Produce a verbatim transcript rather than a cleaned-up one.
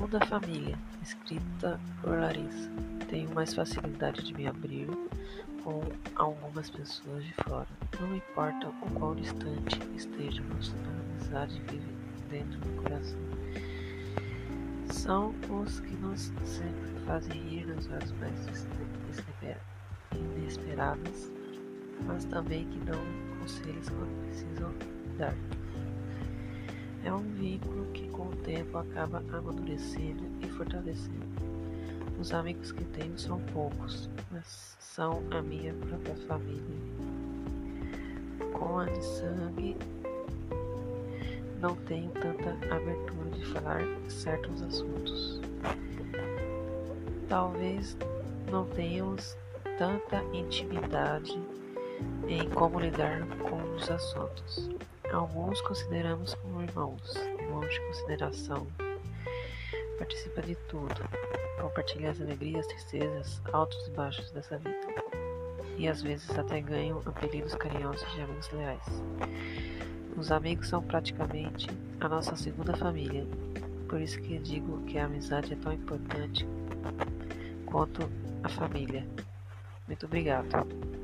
segunda família, escrita por Larissa. Tenho mais facilidade de me abrir com algumas pessoas de fora. Não importa o quão distante esteja, nossa amizade vive dentro do coração. São os que nos sempre fazem rir nas horas mais inesperadas, mas também que dão conselhos quando precisam dar. É um vínculo que com o tempo acaba amadurecendo e fortalecendo. Os amigos que tenho são poucos, mas são a minha própria família. Com a de sangue, não tenho tanta abertura de falar certos assuntos. Talvez não tenhamos tanta intimidade em como lidar com os assuntos. Alguns consideramos como irmãos, irmãos de consideração. Participa de tudo, compartilha as alegrias, tristezas, altos e baixos dessa vida. E às vezes até ganham apelidos carinhosos de amigos leais. Os amigos são praticamente a nossa segunda família. Por isso que digo que a amizade é tão importante quanto a família. Muito obrigado.